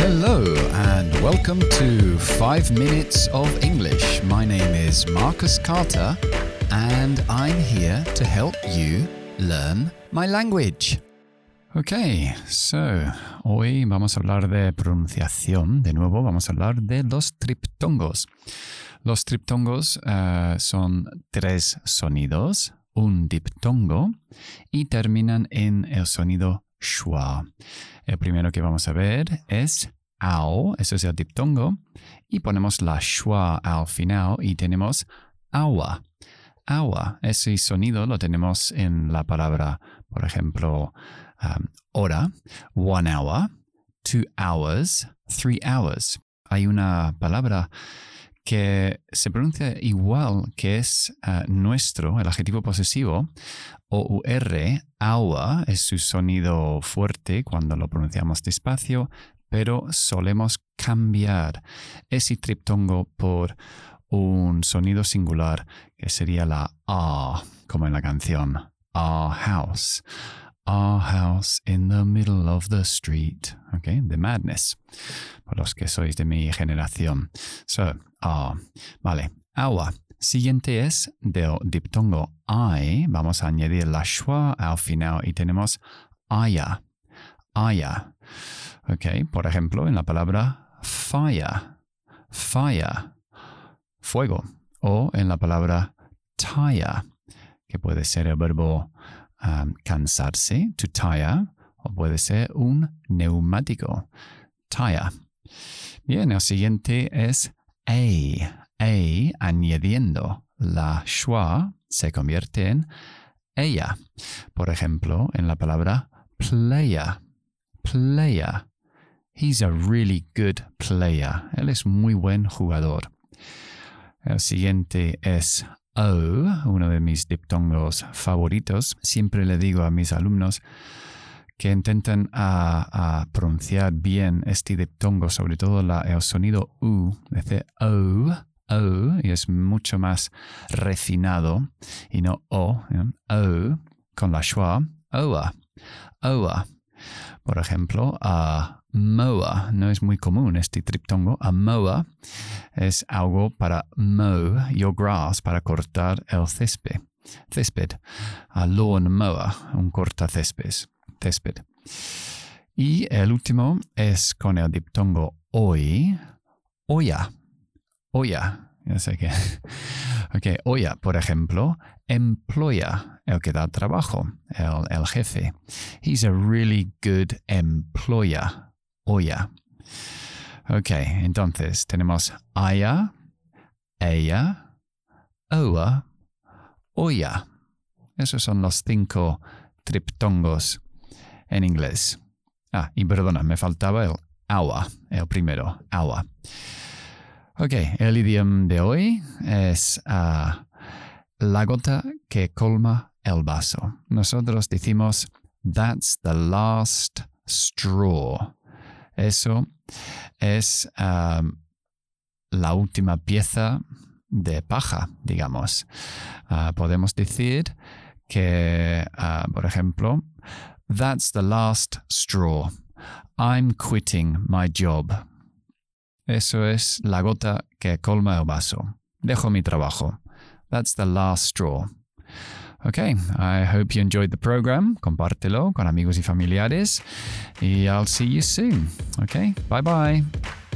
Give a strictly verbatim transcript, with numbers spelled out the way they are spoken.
Hello and welcome to five minutes of English. My name is Marcus Carter and I'm here to help you learn my language. Okay, so hoy vamos a hablar de pronunciación. De nuevo vamos a hablar de los triptongos. Los triptongos uh, son tres sonidos, un diptongo, y terminan en el sonido schwa. El primero que vamos a ver es ao, eso es el diptongo, y ponemos la schwa al final y tenemos aua. Aua, ese sonido lo tenemos en la palabra, por ejemplo, um, hora, one hour, two hours, three hours. Hay una palabra que se pronuncia igual que es uh, nuestro, el adjetivo posesivo, O U R, aua, es su sonido fuerte cuando lo pronunciamos despacio, pero solemos cambiar ese triptongo por un sonido singular que sería la A, como en la canción, Our house. Our house in the middle of the street. Okay, The Madness. Por los que sois de mi generación. So, ah, vale. Aua. Siguiente es del diptongo I. Vamos a añadir la schwa al final y tenemos aya. Aya. Okay, por ejemplo, en la palabra fire. Fire. Fuego. O en la palabra tire, que puede ser el verbo Um, cansarse, to tire, o puede ser un neumático, tire. Bien, el siguiente es a. A, añadiendo la schwa, se convierte en ella. Por ejemplo, en la palabra player, player. He's a really good player. Él es muy buen jugador. El siguiente es O, uno de mis diptongos favoritos. Siempre le digo a mis alumnos que intenten a, a pronunciar bien este diptongo, sobre todo la, el sonido U, dice O, O, y es mucho más refinado, y no O, ¿eh? O, con la schwa, oa, oa. Por ejemplo, a mower, no es muy común este triptongo. A mower es algo para mow your grass, para cortar el césped. Césped. A lawn mower, un cortacésped. Césped. Y el último es con el diptongo oi, olla, olla. Ya sé que. Ok, olla, por ejemplo, employer, el que da trabajo, el, el jefe. He's a really good employer. Olla. Ok, entonces tenemos aya, ella, oa, olla. Esos son los cinco triptongos en inglés. Ah, y perdona, me faltaba el aua, el primero, aua. Ok, el idioma de hoy es uh, la gota que colma el vaso. Nosotros decimos, that's the last straw. Eso es um, la última pieza de paja, digamos. Uh, podemos decir que, uh, por ejemplo, that's the last straw. I'm quitting my job. Eso es la gota que colma el vaso. Dejo mi trabajo. That's the last straw. Okay, I hope you enjoyed the program. Compártelo con amigos y familiares. Y I'll see you soon. Okay, bye bye.